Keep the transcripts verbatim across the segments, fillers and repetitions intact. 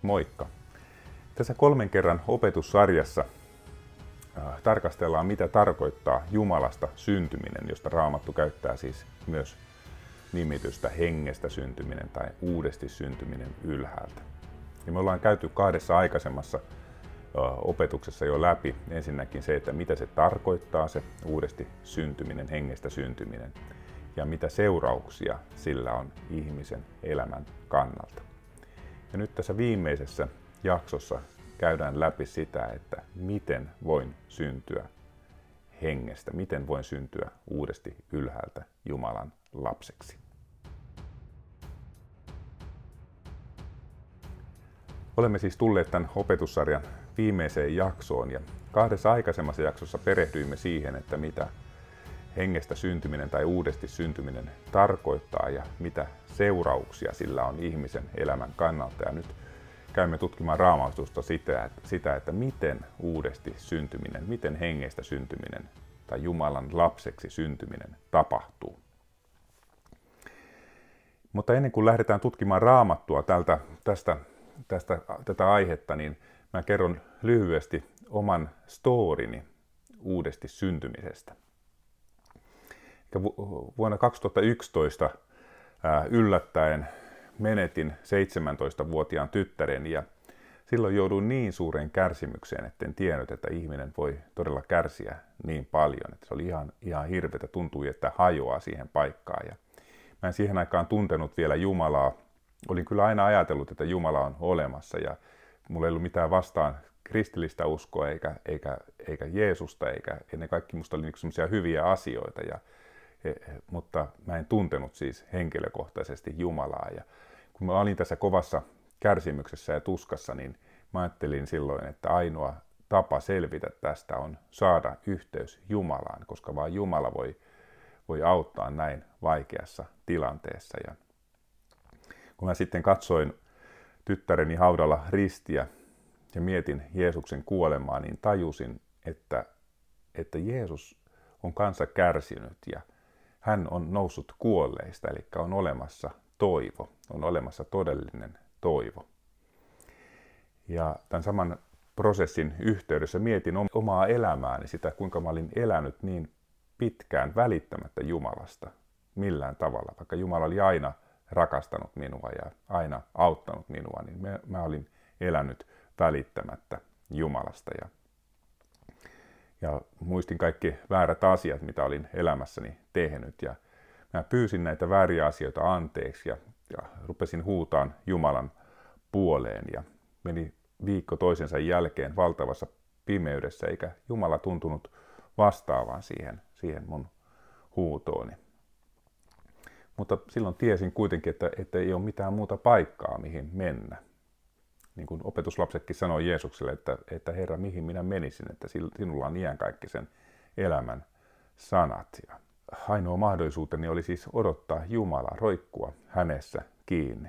Moikka! Tässä kolmen kerran opetussarjassa äh, tarkastellaan, mitä tarkoittaa Jumalasta syntyminen, josta Raamattu käyttää siis myös nimitystä hengestä syntyminen tai uudesti syntyminen ylhäältä. Ja me ollaan käyty kahdessa aikaisemmassa äh, opetuksessa jo läpi ensinnäkin se, että mitä se tarkoittaa se uudesti syntyminen, hengestä syntyminen ja mitä seurauksia sillä on ihmisen elämän kannalta. Ja nyt tässä viimeisessä jaksossa käydään läpi sitä, että miten voin syntyä hengestä, miten voin syntyä uudesti ylhäältä Jumalan lapseksi. Olemme siis tulleet tämän opetussarjan viimeiseen jaksoon ja kahdessa aikaisemmassa jaksossa perehdyimme siihen, että mitä hengestä syntyminen tai uudesti syntyminen tarkoittaa ja mitä seurauksia sillä on ihmisen elämän kannalta. Ja nyt käymme tutkimaan Raamatusta sitä, että, sitä, että miten uudesti syntyminen, miten hengestä syntyminen tai Jumalan lapseksi syntyminen tapahtuu. Mutta ennen kuin lähdetään tutkimaan Raamattua tältä, tästä, tästä, tätä aihetta, niin mä kerron lyhyesti oman storini uudesti syntymisestä. Vuonna kaksituhattayksitoista yllättäen menetin seitsemäntoistavuotiaan tyttären ja silloin jouduin niin suureen kärsimykseen, etten tiennyt, että ihminen voi todella kärsiä niin paljon. Että se oli ihan, ihan hirveätä, tuntui, että hajoaa siihen paikkaan. Ja mä en siihen aikaan tuntenut vielä Jumalaa. Olin kyllä aina ajatellut, että Jumala on olemassa ja mulla ei ollut mitään vastaan kristillistä uskoa eikä, eikä, eikä Jeesusta, eikä ennen kaikkea musta oli sellaisia hyviä asioita. Ja mutta mä en tuntenut siis henkilökohtaisesti Jumalaa. Ja kun mä olin tässä kovassa kärsimyksessä ja tuskassa, niin mä ajattelin silloin, että ainoa tapa selvitä tästä on saada yhteys Jumalaan, koska vain Jumala voi, voi auttaa näin vaikeassa tilanteessa. Ja kun mä sitten katsoin tyttäreni haudalla ristiä ja mietin Jeesuksen kuolemaa, niin tajusin, että, että Jeesus on kanssa kärsinyt ja hän on noussut kuolleista, eli on olemassa toivo, on olemassa todellinen toivo. Ja tämän saman prosessin yhteydessä mietin omaa elämääni, sitä kuinka mä olin elänyt niin pitkään välittämättä Jumalasta millään tavalla. Vaikka Jumala oli aina rakastanut minua ja aina auttanut minua, niin mä olin elänyt välittämättä Jumalasta. Ja Ja muistin kaikki väärät asiat, mitä olin elämässäni tehnyt. Ja mä pyysin näitä vääriä asioita anteeksi ja, ja rupesin huutaan Jumalan puoleen. Ja meni viikko toisensa jälkeen valtavassa pimeydessä, eikä Jumala tuntunut vastaavan siihen, siihen mun huutooni. Mutta silloin tiesin kuitenkin, että, että ei ole mitään muuta paikkaa, mihin mennä. Niin kuin opetuslapsetkin sanoi Jeesukselle, että, että Herra, mihin minä menisin, että sinulla on iänkaikkisen elämän sanat. Ja ainoa mahdollisuuteni oli siis odottaa Jumalaa, roikkua hänessä kiinni.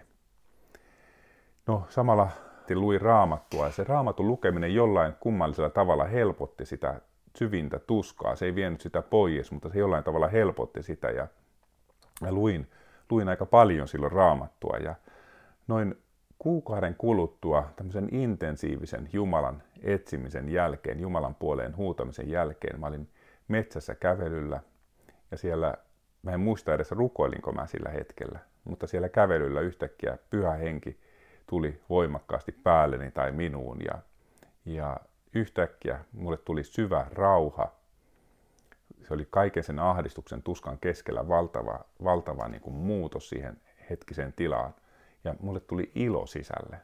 No samalla luin Raamattua ja se Raamatun lukeminen jollain kummallisella tavalla helpotti sitä syvintä tuskaa. Se ei vienyt sitä pois, mutta se jollain tavalla helpotti sitä ja, ja luin, luin aika paljon silloin Raamattua ja noin kuukauden kuluttua tämmöisen intensiivisen Jumalan etsimisen jälkeen, Jumalan puoleen huutamisen jälkeen, mä olin metsässä kävelyllä ja siellä, mä en muista edes rukoilinko mä sillä hetkellä, mutta siellä kävelyllä yhtäkkiä Pyhä Henki tuli voimakkaasti päälleni tai minuun ja, ja yhtäkkiä mulle tuli syvä rauha. Se oli kaiken sen ahdistuksen tuskan keskellä valtava, valtava niin kuin muutos siihen hetkiseen tilaan. Ja mulle tuli ilo sisälle.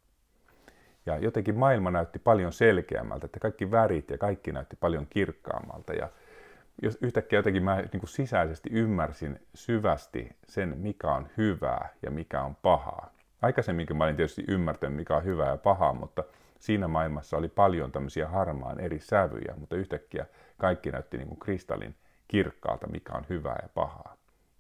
Ja jotenkin maailma näytti paljon selkeämmältä, että kaikki värit ja kaikki näytti paljon kirkkaammalta. Ja yhtäkkiä jotenkin mä niin kuin sisäisesti ymmärsin syvästi sen, mikä on hyvää ja mikä on pahaa. Aikaisemminkin mä olin tietysti ymmärtänyt, mikä on hyvää ja pahaa, mutta siinä maailmassa oli paljon tämmöisiä harmaan eri sävyjä, mutta yhtäkkiä kaikki näytti niin kuin kristallin kirkkaalta, mikä on hyvää ja pahaa.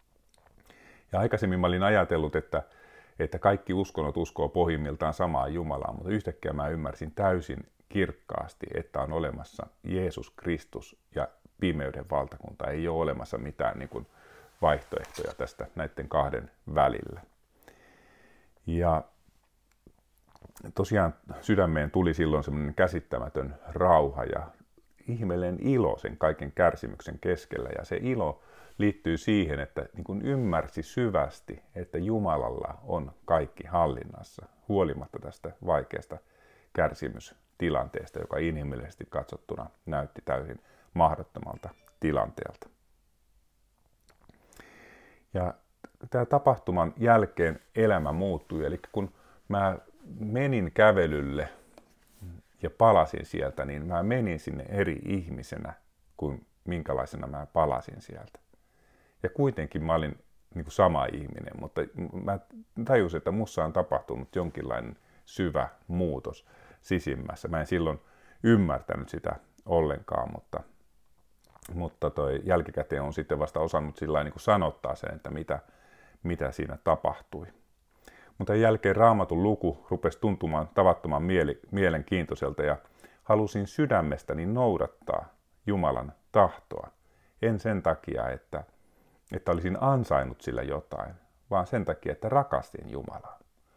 Ja aikaisemmin mä olin ajatellut, että että kaikki uskonnot uskoo pohjimmiltaan samaa Jumalaa, mutta yhtäkkiä mä ymmärsin täysin kirkkaasti, että on olemassa Jeesus Kristus ja pimeyden valtakunta. Ei ole olemassa mitään niin kuin vaihtoehtoja tästä näiden kahden välillä. Ja tosiaan sydämeen tuli silloin semmoinen käsittämätön rauha ja ihmeellinen ilo sen kaiken kärsimyksen keskellä. Ja se ilo liittyy siihen, että niin kuin ymmärsi syvästi, että Jumalalla on kaikki hallinnassa, huolimatta tästä vaikeasta kärsimystilanteesta, joka inhimillisesti katsottuna näytti täysin mahdottomalta tilanteelta. Ja tämä tapahtuman jälkeen elämä muuttui, eli kun mä menin kävelylle ja palasin sieltä, niin mä menin sinne eri ihmisenä kuin minkälaisena mä palasin sieltä. Ja kuitenkin mä olin niin kuin sama ihminen, mutta mä tajusin, että mussa on tapahtunut jonkinlainen syvä muutos sisimmässä. Mä en silloin ymmärtänyt sitä ollenkaan, mutta, mutta toi jälkikäteen on sitten vasta osannut sillä niin kuin sanottaa sen, että mitä, mitä siinä tapahtui. Mutta jälkeen Raamatun luku rupesi tuntumaan tavattoman mieli, mielenkiintoiselta ja halusin sydämestäni noudattaa Jumalan tahtoa. En sen takia, että, että olisin ansainnut sillä jotain, vaan sen takia, että rakastin Jumalaa.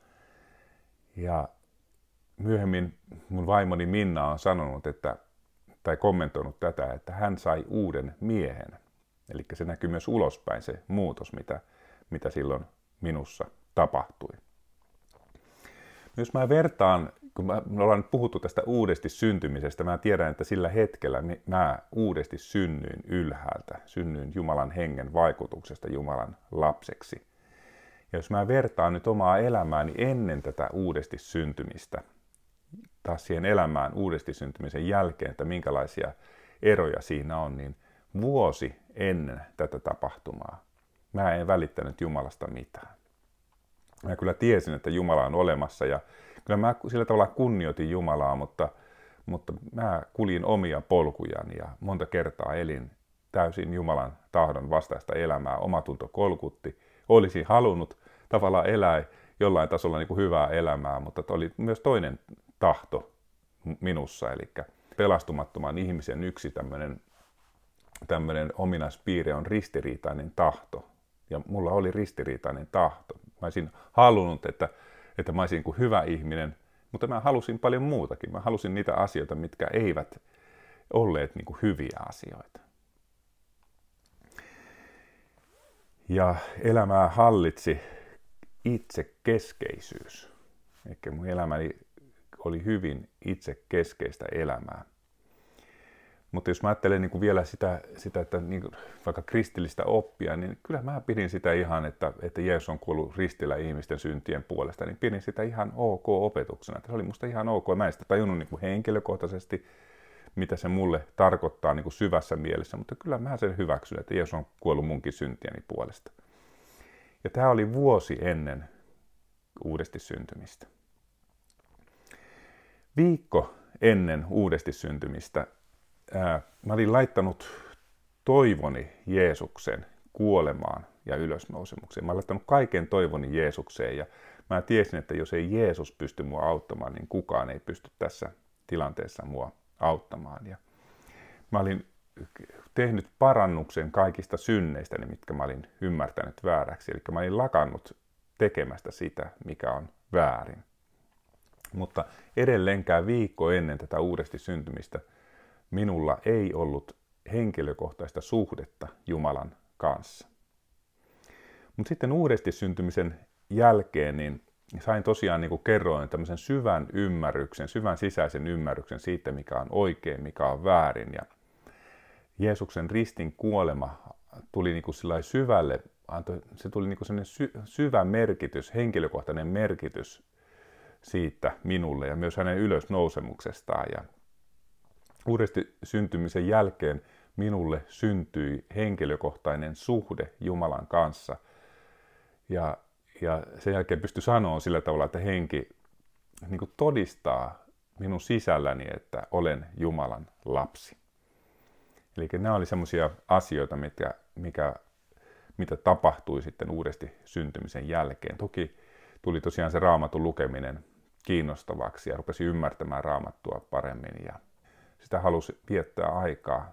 Ja myöhemmin mun vaimoni Minna on sanonut, että, tai kommentoinut tätä, että hän sai uuden miehen. Eli se näkyy myös ulospäin se muutos, mitä, mitä silloin minussa tapahtui. Jos mä vertaan, kun me ollaan nyt puhuttu tästä uudesti syntymisestä, mä tiedän, että sillä hetkellä mä uudesti synnyin ylhäältä, synnyin Jumalan hengen vaikutuksesta Jumalan lapseksi. Ja jos mä vertaan nyt omaa elämääni ennen tätä uudesti syntymistä, taas siihen elämään uudesti syntymisen jälkeen, että minkälaisia eroja siinä on, niin vuosi ennen tätä tapahtumaa mä en välittänyt Jumalasta mitään. Mä kyllä tiesin, että Jumala on olemassa ja kyllä mä sillä tavalla kunnioitin Jumalaa, mutta, mutta mä kuljin omia polkujani ja monta kertaa elin täysin Jumalan tahdon vastaista elämää. Omatunto kolkutti. Olisin halunnut tavallaan elää jollain tasolla niin kuin hyvää elämää, mutta oli myös toinen tahto minussa, eli pelastumattoman ihmisen yksi tämmöinen, tämmöinen ominaispiirre on ristiriitainen tahto. Ja mulla oli ristiriitainen tahto. Mä olisin halunnut, että, että mä olisin kuin hyvä ihminen, mutta mä halusin paljon muutakin. Mä halusin niitä asioita, mitkä eivät olleet niin kuin hyviä asioita. Ja elämää hallitsi itsekeskeisyys. Eli mun elämäni oli hyvin itsekeskeistä elämää. Mutta jos mä ajattelen niin kuin vielä sitä, sitä että niin kuin vaikka kristillistä oppia, niin kyllä mä pidin sitä ihan, että, että Jeesus on kuollut ristillä ihmisten syntien puolesta, niin pidin sitä ihan ok opetuksena. Että se oli musta ihan ok. Mä en sitä tajunnut niin kuin henkilökohtaisesti, mitä se mulle tarkoittaa niin kuin syvässä mielessä, mutta kyllä mä sen hyväksyn, että Jeesus on kuollut munkin syntieni puolesta. Ja tämä oli vuosi ennen uudesti syntymistä. Viikko ennen uudesti syntymistä ää, mä olin laittanut toivoni Jeesuksen kuolemaan ja ylösnousemukseen. Mä olin laittanut kaiken toivoni Jeesukseen ja mä tiesin, että jos ei Jeesus pysty mua auttamaan, niin kukaan ei pysty tässä tilanteessa mua auttamaan. Ja mä olin tehnyt parannuksen kaikista synneistä, mitkä mä olin ymmärtänyt vääräksi. Eli mä olin lakannut tekemästä sitä, mikä on väärin. Mutta edelleenkään viikko ennen tätä uudesti syntymistä minulla ei ollut henkilökohtaista suhdetta Jumalan kanssa. Mutta sitten uudesti syntymisen jälkeen niin sain tosiaan, niin kuin kerroin, tämmöisen syvän ymmärryksen, syvän sisäisen ymmärryksen siitä, mikä on oikein, mikä on väärin. Ja Jeesuksen ristin kuolema tuli niin kuin syvälle, se tuli niin kuin sellainen sy- syvä merkitys, henkilökohtainen merkitys siitä minulle ja myös hänen ylösnousemuksestaan. Ja uudesti syntymisen jälkeen minulle syntyi henkilökohtainen suhde Jumalan kanssa. Ja, ja sen jälkeen pystyi sanoa sillä tavalla, että henki niin kuin todistaa minun sisälläni, että olen Jumalan lapsi. Eli nämä oli semmoisia asioita, mitkä, mikä, mitä tapahtui sitten uudesti syntymisen jälkeen. Toki tuli tosiaan se Raamatun lukeminen kiinnostavaksi ja rupesi ymmärtämään Raamattua paremmin ja sitä halusi viettää aikaa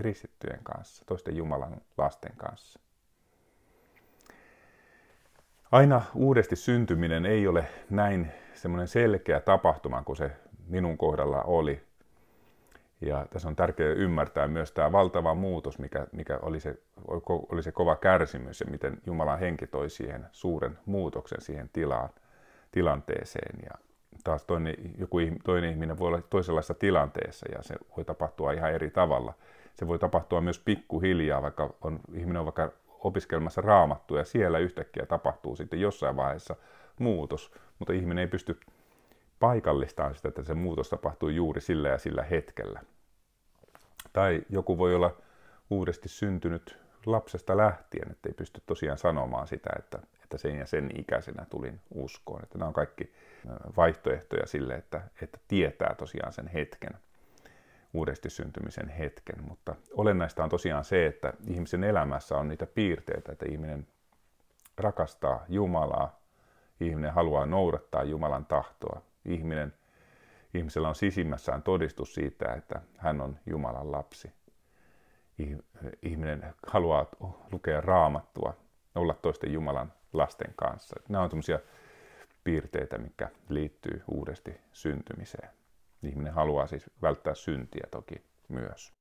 kristittyjen kanssa, toisten Jumalan lasten kanssa. Aina uudesti syntyminen ei ole näin semmoinen selkeä tapahtuma kuin se minun kohdalla oli. Ja tässä on tärkeää ymmärtää myös tämä valtava muutos, mikä, mikä oli, se, oli se kova kärsimys ja miten Jumalan henki toi siihen suuren muutoksen siihen tilaan, tilanteeseen. Ja taas toinen, joku toinen ihminen voi olla toisenlaisessa tilanteessa ja se voi tapahtua ihan eri tavalla. Se voi tapahtua myös pikkuhiljaa, vaikka on, ihminen on vaikka opiskelmassa Raamattua ja siellä yhtäkkiä tapahtuu sitten jossain vaiheessa muutos, mutta ihminen ei pysty paikallistamaan sitä, että se muutos tapahtuu juuri sillä ja sillä hetkellä. Tai joku voi olla uudesti syntynyt lapsesta lähtien, että ei pysty tosiaan sanomaan sitä, että, että sen ja sen ikäisenä tulin uskoon. Että nämä on kaikki vaihtoehtoja sille, että, että tietää tosiaan sen hetken, uudesti syntymisen hetken. Mutta olennaista on tosiaan se, että ihmisen elämässä on niitä piirteitä, että ihminen rakastaa Jumalaa, ihminen haluaa noudattaa Jumalan tahtoa. Ihminen, ihmisellä on sisimmässään todistus siitä, että hän on Jumalan lapsi. Ihminen haluaa lukea Raamattua, olla toisten Jumalan lasten kanssa. Nämä on sellaisia piirteitä, mitkä liittyy uudesti syntymiseen. Ihminen haluaa siis välttää syntiä toki myös.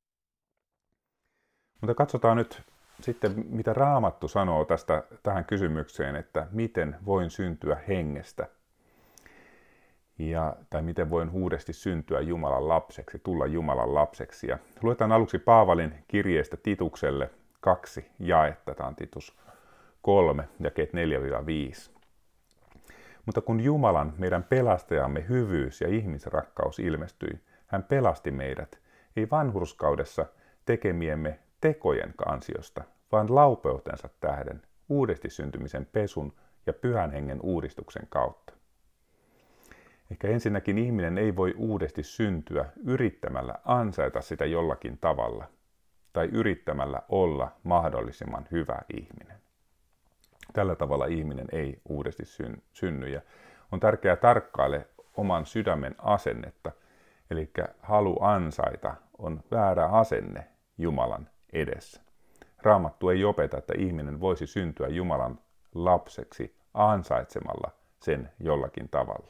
Mutta katsotaan nyt sitten, mitä Raamattu sanoo tästä, tähän kysymykseen, että miten voin syntyä hengestä. Ja, tai miten voin uudesti syntyä Jumalan lapseksi, tulla Jumalan lapseksi. Ja luetaan aluksi Paavalin kirjeestä Titukselle kaksi jaetta, tämä on Titus kolme, jakeet neljä viisi. Mutta kun Jumalan, meidän pelastajamme hyvyys ja ihmisrakkaus ilmestyi, hän pelasti meidät, ei vanhurskaudessa tekemiemme tekojen ansiosta, vaan laupeutensa tähden, uudesti syntymisen pesun ja pyhän hengen uudistuksen kautta. Ehkä ensinnäkin ihminen ei voi uudesti syntyä yrittämällä ansaita sitä jollakin tavalla tai yrittämällä olla mahdollisimman hyvä ihminen. Tällä tavalla ihminen ei uudesti synny ja on tärkeää tarkkailla oman sydämen asennetta, eli halu ansaita on väärä asenne Jumalan edessä. Raamattu ei opeta, että ihminen voisi syntyä Jumalan lapseksi ansaitsemalla sen jollakin tavalla.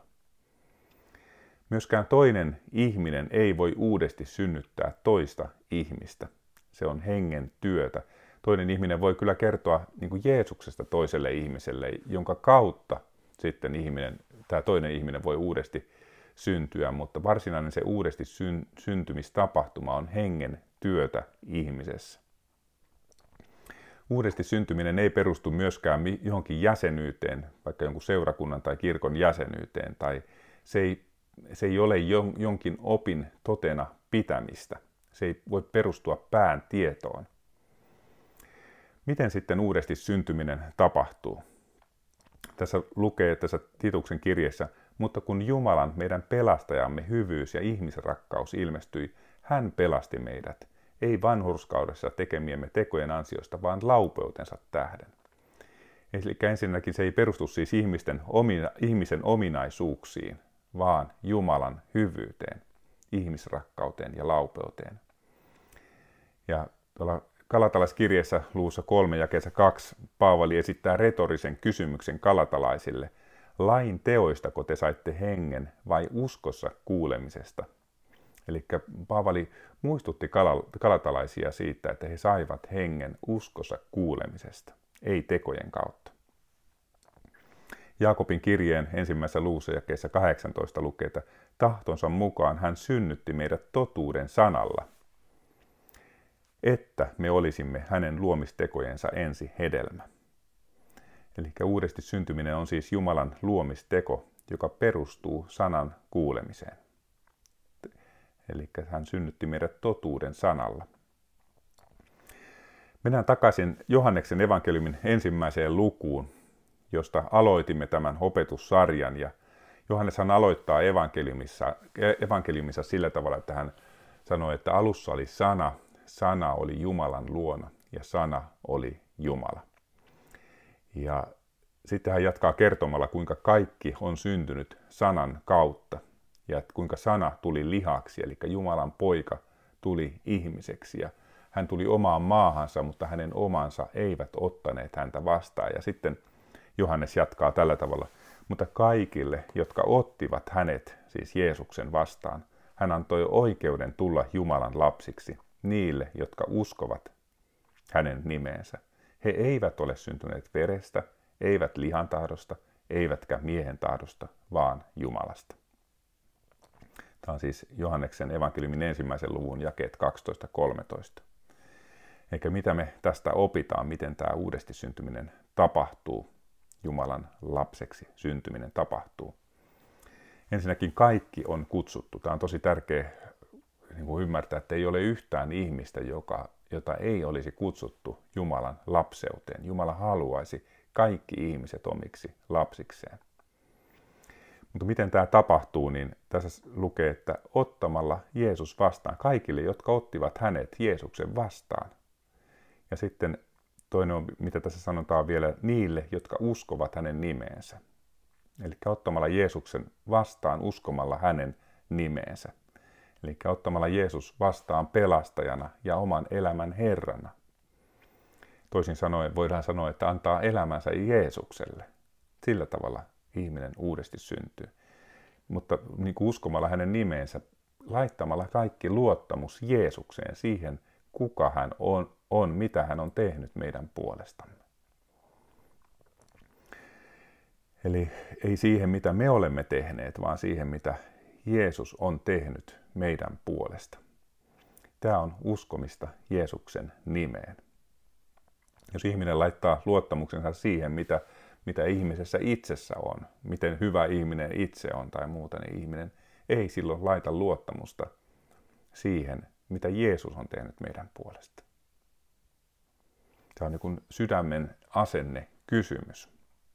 Myöskään toinen ihminen ei voi uudesti synnyttää toista ihmistä. Se on hengen työtä. Toinen ihminen voi kyllä kertoa niin kuin Jeesuksesta toiselle ihmiselle, jonka kautta sitten ihminen, tämä toinen ihminen voi uudesti syntyä, mutta varsinainen se uudesti syn, syntymistapahtuma on hengen työtä ihmisessä. Uudesti syntyminen ei perustu myöskään johonkin jäsenyyteen, vaikka jonkun seurakunnan tai kirkon jäsenyyteen, tai se ei, se ei ole jonkin opin totena pitämistä. Se ei voi perustua pään tietoon. Miten sitten uudesti syntyminen tapahtuu? Tässä lukee tässä Tituksen kirjeessä, mutta kun Jumalan, meidän pelastajamme hyvyys ja ihmisrakkaus ilmestyi, hän pelasti meidät, ei vanhurskaudessa tekemiemme tekojen ansiosta, vaan laupeutensa tähden. Eli ensinnäkin se ei perustu siis ihmisten omina, ihmisen ominaisuuksiin, vaan Jumalan hyvyyteen, ihmisrakkauteen ja laupeuteen. Ja tuolla Galatalaiskirjeessä luvussa kolme jakeessa kaksi Paavali esittää retorisen kysymyksen galatalaisille. Lain teoistako te saitte hengen vai uskossa kuulemisesta? Eli Paavali muistutti galatalaisia siitä, että he saivat hengen uskossa kuulemisesta, ei tekojen kautta. Jaakobin kirjeen ensimmäisessä luvussa jakeessa kahdeksantoista lukee, että tahtonsa mukaan hän synnytti meidät totuuden sanalla, että me olisimme hänen luomistekojensa ensi hedelmä. Eli uudesti syntyminen on siis Jumalan luomisteko, joka perustuu sanan kuulemiseen. Eli hän synnytti meidät totuuden sanalla. Mennään takaisin Johanneksen evankeliumin ensimmäiseen lukuun, josta aloitimme tämän opetussarjan. Ja Johanneshan aloittaa evankeliumissa, evankeliumissa sillä tavalla, että hän sanoi, että alussa oli sana, sana oli Jumalan luona ja sana oli Jumala. Ja sitten hän jatkaa kertomalla, kuinka kaikki on syntynyt sanan kautta ja kuinka sana tuli lihaksi, eli Jumalan poika tuli ihmiseksi ja hän tuli omaan maahansa, mutta hänen omansa eivät ottaneet häntä vastaan. Ja sitten Johannes jatkaa tällä tavalla. Mutta kaikille, jotka ottivat hänet, siis Jeesuksen vastaan, hän antoi oikeuden tulla Jumalan lapsiksi, niille, jotka uskovat hänen nimeensä. He eivät ole syntyneet verestä, eivät lihan tahdosta, eivätkä miehen tahdosta, vaan Jumalasta. Tämä on siis Johanneksen evankeliumin ensimmäisen luvun jakeet kaksitoista kolmetoista. Eikä mitä me tästä opitaan, miten tämä uudesti syntyminen tapahtuu, Jumalan lapseksi syntyminen tapahtuu. Ensinnäkin kaikki on kutsuttu. Tämä on tosi tärkeä niin kuin ymmärtää, että ei ole yhtään ihmistä, joka, jota ei olisi kutsuttu Jumalan lapseuteen. Jumala haluaisi kaikki ihmiset omiksi lapsikseen. Mutta miten tämä tapahtuu, niin tässä lukee, että ottamalla Jeesus vastaan kaikille, jotka ottivat hänet Jeesuksen vastaan. Ja sitten toinen on, mitä tässä sanotaan vielä, niille, jotka uskovat hänen nimeensä. Eli ottamalla Jeesuksen vastaan uskomalla hänen nimeensä. Eli ottamalla Jeesus vastaan pelastajana ja oman elämän Herrana. Toisin sanoen voidaan sanoa, että antaa elämänsä Jeesukselle. Sillä tavalla ihminen uudesti syntyy. Mutta niin kuin uskomalla hänen nimeensä, laittamalla kaikki luottamus Jeesukseen, siihen kuka hän on, on, mitä hän on tehnyt meidän puolestamme. Eli ei siihen, mitä me olemme tehneet, vaan siihen, mitä Jeesus on tehnyt meidän puolesta. Tämä on uskomista Jeesuksen nimeen. Jos ihminen laittaa luottamuksensa siihen, mitä, mitä ihmisessä itsessä on, miten hyvä ihminen itse on tai muuta, niin ihminen ei silloin laita luottamusta siihen, mitä Jeesus on tehnyt meidän puolesta. Tämä on niin kuin sydämen asenne kysymys.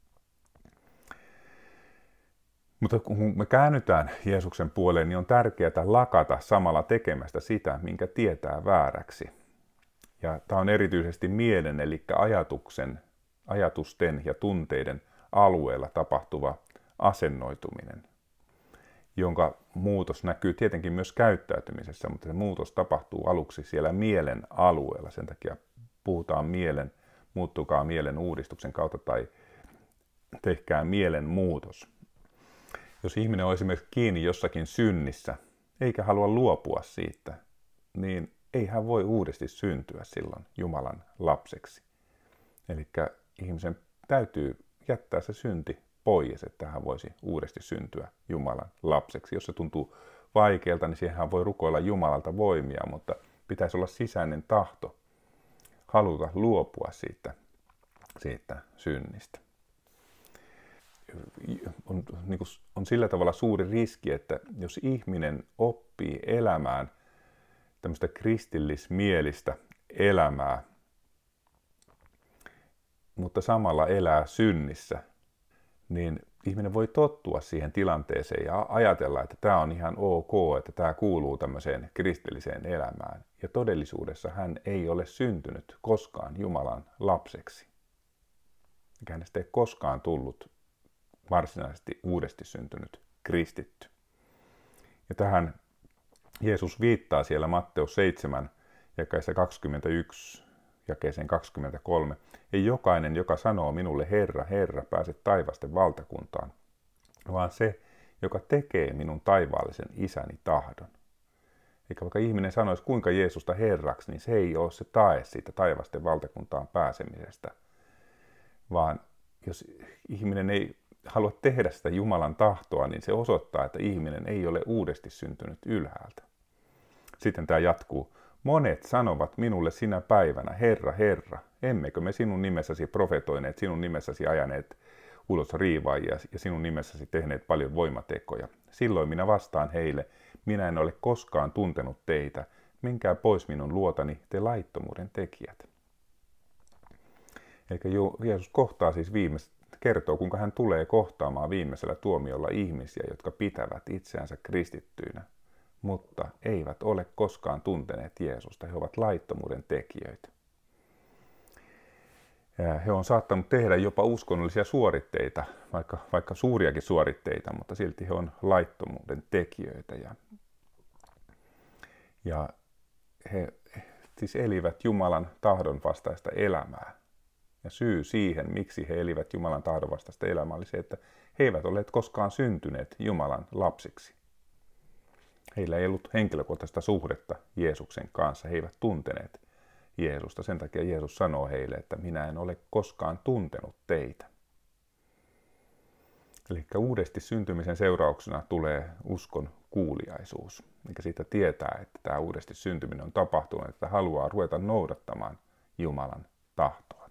Mutta kun me käännytään Jeesuksen puoleen, niin on tärkeää lakata samalla tekemästä sitä, minkä tietää vääräksi. Ja tämä on erityisesti mielen, eli ajatuksen, ajatusten ja tunteiden alueella tapahtuva asennoituminen, jonka muutos näkyy tietenkin myös käyttäytymisessä, mutta se muutos tapahtuu aluksi siellä mielen alueella. Sen takia puhutaan mielen, muuttukaa mielen uudistuksen kautta tai tehkää mielen muutos. Jos ihminen on esimerkiksi kiinni jossakin synnissä, eikä halua luopua siitä, niin ei hän voi uudesti syntyä silloin Jumalan lapseksi. Eli ihmisen täytyy jättää se synti pois, että hän voisi uudesti syntyä Jumalan lapseksi. Jos se tuntuu vaikealta, niin siihen hän voi rukoilla Jumalalta voimia, mutta pitäisi olla sisäinen tahto haluta luopua siitä, siitä synnistä. On, niin kuin, on sillä tavalla suuri riski, että jos ihminen oppii elämään tämmöistä kristillismielistä elämää, mutta samalla elää synnissä, niin ihminen voi tottua siihen tilanteeseen ja ajatella, että tämä on ihan ok, että tämä kuuluu tämmöiseen kristilliseen elämään. Ja todellisuudessa hän ei ole syntynyt koskaan Jumalan lapseksi. Eikä hänestä ei koskaan tullut varsinaisesti uudesti syntynyt kristitty. Ja tähän Jeesus viittaa siellä Matteus seitsemän, jakeessa kaksikymmentäyksi, jakeeseen kaksikymmentäkolme. Ei jokainen, joka sanoo minulle Herra, Herra, pääse taivasten valtakuntaan, vaan se, joka tekee minun taivaallisen isäni tahdon. Eikä vaikka ihminen sanoisi kuinka Jeesusta Herraksi, niin se ei ole se tae siitä taivasten valtakuntaan pääsemisestä. Vaan jos ihminen ei halua tehdä sitä Jumalan tahtoa, niin se osoittaa, että ihminen ei ole uudesti syntynyt ylhäältä. Sitten tämä jatkuu. Monet sanovat minulle sinä päivänä, Herra, Herra, emmekö me sinun nimessäsi profetoineet, sinun nimessäsi ajaneet ulos riivaajia ja sinun nimessäsi tehneet paljon voimatekoja. Silloin minä vastaan heille, minä en ole koskaan tuntenut teitä, menkää pois minun luotani, te laittomuuden tekijät. Eli Jeesus kohtaa siis viimeistä, kertoo kuinka hän tulee kohtaamaan viimeisellä tuomiolla ihmisiä, jotka pitävät itseänsä kristittyinä, mutta eivät ole koskaan tunteneet Jeesusta. He ovat laittomuuden tekijöitä. Ja he on saattanut tehdä jopa uskonnollisia suoritteita, vaikka, vaikka suuriakin suoritteita, mutta silti he on laittomuuden tekijöitä. Ja, ja he siis elivät Jumalan tahdon vastaista elämää. Ja syy siihen, miksi he elivät Jumalan tahdon vastaista elämää, oli se, että he eivät olleet koskaan syntyneet Jumalan lapsiksi. Heillä ei ollut henkilökohtaista suhdetta Jeesuksen kanssa. He eivät tunteneet Jeesusta. Sen takia Jeesus sanoo heille, että minä en ole koskaan tuntenut teitä. Eli uudesti syntymisen seurauksena tulee uskon kuuliaisuus. Eikä siitä tietää, että tämä uudesti syntyminen on tapahtunut, että haluaa ruveta noudattamaan Jumalan tahtoa.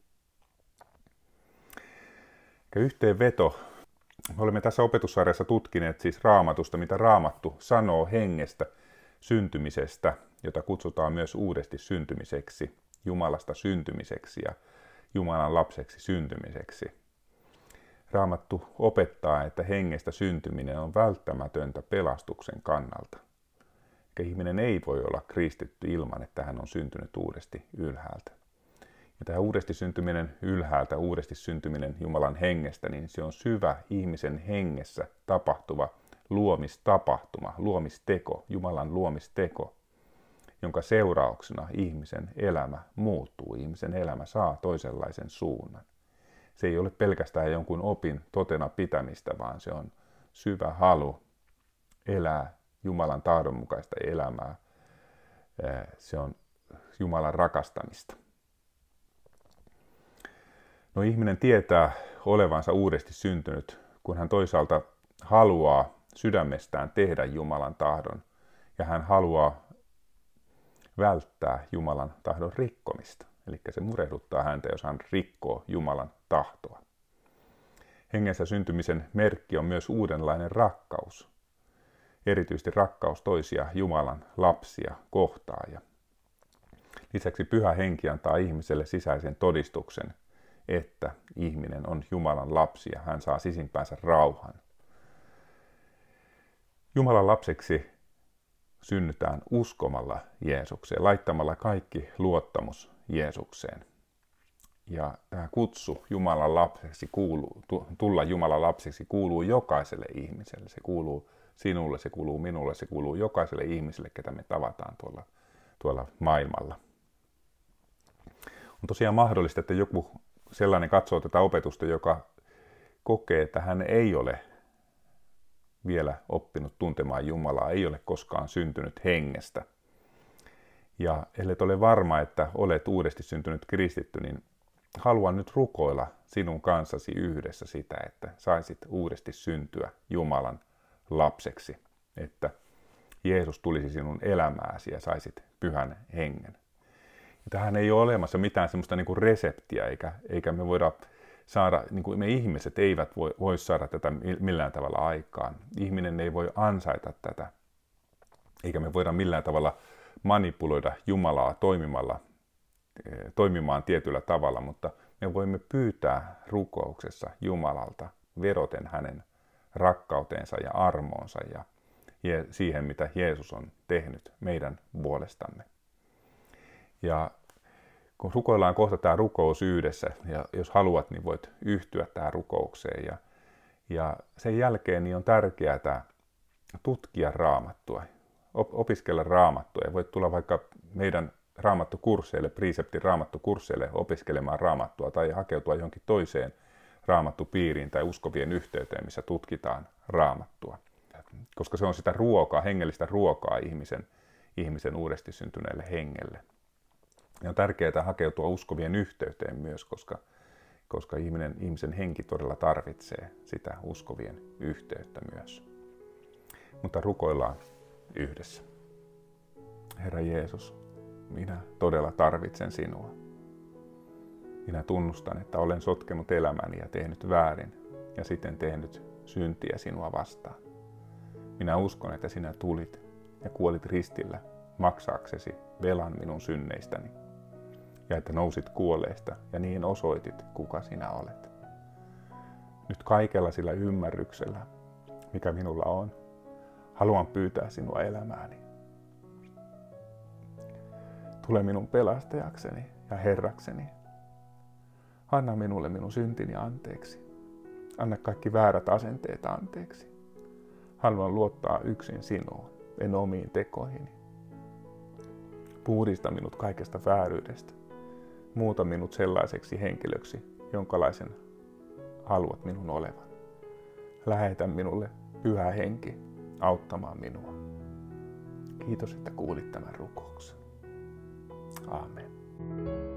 Ja yhteenveto. Me olemme tässä opetussarjassa tutkineet siis Raamatusta, mitä Raamattu sanoo hengestä syntymisestä, jota kutsutaan myös uudesti syntymiseksi, Jumalasta syntymiseksi ja Jumalan lapseksi syntymiseksi. Raamattu opettaa, että hengestä syntyminen on välttämätöntä pelastuksen kannalta. Eikä ihminen ei voi olla kristitty ilman, että hän on syntynyt uudesti ylhäältä. Ja tämä uudesti syntyminen ylhäältä, uudesti syntyminen Jumalan hengestä, niin se on syvä ihmisen hengessä tapahtuva luomistapahtuma, luomisteko, Jumalan luomisteko, jonka seurauksena ihmisen elämä muuttuu, ihmisen elämä saa toisenlaisen suunnan. Se ei ole pelkästään jonkun opin totena pitämistä, vaan se on syvä halu elää Jumalan tahdonmukaista elämää. Se on Jumalan rakastamista. No ihminen tietää olevansa uudesti syntynyt, kun hän toisaalta haluaa sydämestään tehdä Jumalan tahdon ja hän haluaa välttää Jumalan tahdon rikkomista. Eli se murehduttaa häntä, jos hän rikkoo Jumalan tahtoa. Hengessä syntymisen merkki on myös uudenlainen rakkaus. Erityisesti rakkaus toisia Jumalan lapsia kohtaan. Ja lisäksi Pyhä Henki antaa ihmiselle sisäisen todistuksen, että ihminen on Jumalan lapsi ja hän saa sisimpäänsä rauhan. Jumalan lapseksi synnytään uskomalla Jeesukseen, laittamalla kaikki luottamus Jeesukseen. Ja tämä kutsu Jumalan lapseksi kuuluu, tulla Jumalan lapseksi kuuluu jokaiselle ihmiselle. Se kuuluu sinulle, se kuuluu minulle, se kuuluu jokaiselle ihmiselle, ketä me tavataan tuolla, tuolla maailmalla. On tosiaan mahdollista, että joku sellainen katsoo tätä opetusta, joka kokee, että hän ei ole vielä oppinut tuntemaan Jumalaa, ei ole koskaan syntynyt hengestä. Ja ellet ole varma, että olet uudesti syntynyt kristitty, niin haluan nyt rukoilla sinun kanssasi yhdessä sitä, että saisit uudesti syntyä Jumalan lapseksi, että Jeesus tulisi sinun elämääsi ja saisit Pyhän Hengen. Ja tähän ei ole olemassa mitään semmoista niin kuin reseptiä, eikä, eikä me voida saada, niin kuin me ihmiset eivät voi, voi saada tätä millään tavalla aikaan. Ihminen ei voi ansaita tätä, eikä me voida millään tavalla manipuloida Jumalaa toimimalla, toimimaan tietyllä tavalla, mutta me voimme pyytää rukouksessa Jumalalta vedoten hänen rakkauteensa ja armoonsa ja siihen, mitä Jeesus on tehnyt meidän puolestamme. Ja kun rukoillaan kohta tämä rukous yhdessä, ja jos haluat, niin voit yhtyä tähän rukoukseen. Ja, ja sen jälkeen niin on tärkeää tutkia Raamattua, opiskella Raamattua. Ja voit tulla vaikka meidän raamattukursseille, Preceptin raamattukursseille opiskelemaan Raamattua tai hakeutua johonkin toiseen raamattupiiriin tai uskovien yhteyteen, missä tutkitaan Raamattua. Koska se on sitä ruokaa, hengellistä ruokaa ihmisen, ihmisen uudesti syntyneelle hengelle. Ja on tärkeää hakeutua uskovien yhteyteen myös, koska, koska ihminen, ihmisen henki todella tarvitsee sitä uskovien yhteyttä myös. Mutta rukoillaan yhdessä. Herra Jeesus, minä todella tarvitsen sinua. Minä tunnustan, että olen sotkenut elämäni ja tehnyt väärin ja sitten tehnyt syntiä sinua vastaan. Minä uskon, että sinä tulit ja kuolit ristillä maksaaksesi velan minun synneistäni ja että nousit kuolleista ja niin osoitit, kuka sinä olet. Nyt kaikella sillä ymmärryksellä, mikä minulla on, haluan pyytää sinua elämääni. Tule minun pelastajakseni ja Herrakseni. Anna minulle minun syntini anteeksi. Anna kaikki väärät asenteet anteeksi. Haluan luottaa yksin sinuun, en omiin tekoihini. Puhdista minut kaikesta vääryydestä. Muuta minut sellaiseksi henkilöksi, jonkalaisen haluat minun olevan. Lähetä minulle Pyhä Henki auttamaan minua. Kiitos, että kuulit tämän rukouksen. Aamen.